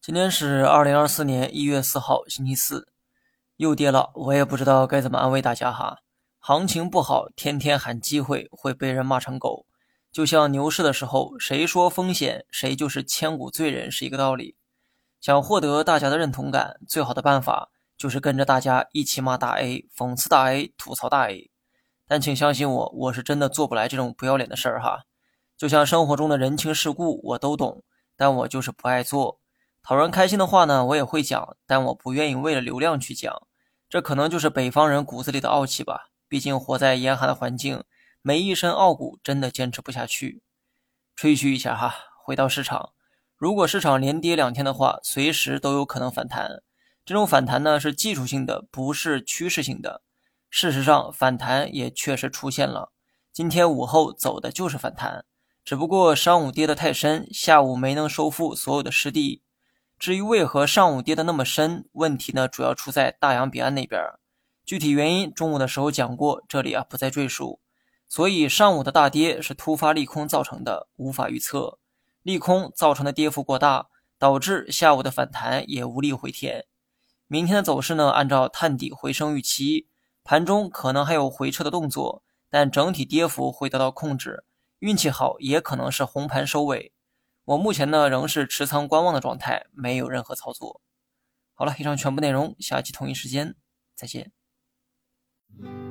今天是2024年1月4号，星期四，又跌了，我也不知道该怎么安慰大家哈。行情不好，天天喊机会，会被人骂成狗。就像牛市的时候，谁说风险，谁就是千古罪人是一个道理。想获得大家的认同感，最好的办法就是跟着大家一起骂大 A，讽刺大 A，吐槽大 A。但请相信我，我是真的做不来这种不要脸的事儿哈。就像生活中的人情世故，我都懂，但我就是不爱做。讨人开心的话呢，我也会讲，但我不愿意为了流量去讲。这可能就是北方人骨子里的傲气吧。毕竟活在严寒的环境，没一身傲骨真的坚持不下去。吹嘘一下哈，回到市场，如果市场连跌2天的话，随时都有可能反弹。这种反弹呢是技术性的，不是趋势性的。事实上，反弹也确实出现了。今天午后走的就是反弹，只不过上午跌得太深，下午没能收复所有的失地。至于为何上午跌得那么深，问题呢主要出在大洋彼岸那边。具体原因中午的时候讲过，这里不再赘述。所以上午的大跌是突发利空造成的，无法预测。利空造成的跌幅过大，导致下午的反弹也无力回填。明天的走势呢，按照探底回升预期，盘中可能还有回撤的动作，但整体跌幅会得到控制。运气好也可能是红盘收尾。我目前呢仍是持仓观望的状态，没有任何操作。好了，以上全部内容，下期同一时间再见。